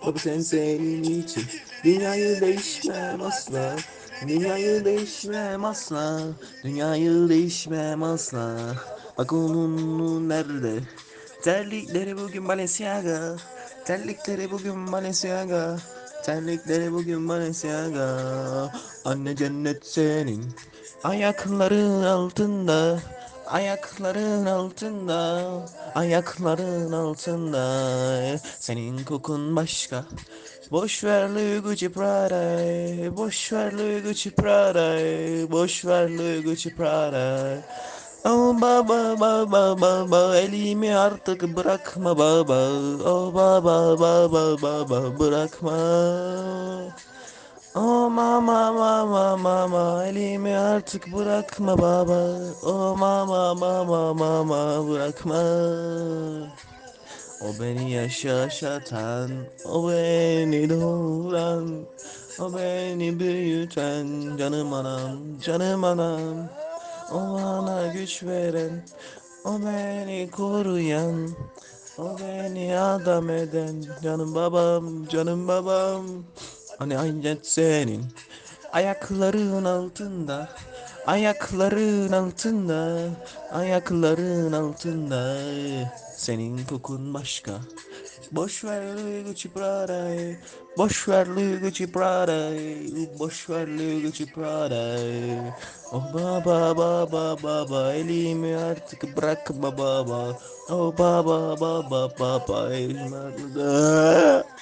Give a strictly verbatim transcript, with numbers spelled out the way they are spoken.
Baba sen senin için dünyayı değişmem asla. Dünyayı değişmem asla. Dünyayı değişmem asla. Bak onun nerede? Terlikleri bugün Balenciaga. Terlikleri bugün Balenciaga. Terlikleri bugün Balenciaga. Anne cennet senin. Ayakların altında. Ayakların altında. Ayakların altında. Senin kokun başka. Boş ver Gucci Prada, boş ver Gucci Prada, boş ver Gucci Prada. Oh baba baba baba elimi artık bırakma baba. Oh baba baba baba bırakma. Oh mama mama mama elimi artık bırakma baba. Oh mama mama mama bırakma. O beni yaşatan, o beni doğuran, o beni büyüten canım anam, canım anam. O bana güç veren, o beni koruyan, o beni adam eden canım babam, canım babam. Hani ancak senin ayakların altında, ayakların altında, ayakların altında. Senin kokun başka. Boş ver Gucci Prada'yı, boş ver Gucci Prada'yı, boş ver Gucci Prada'yı. Oh baba baba baba elimi artık bırakma baba. Oh baba baba baba elimi artık...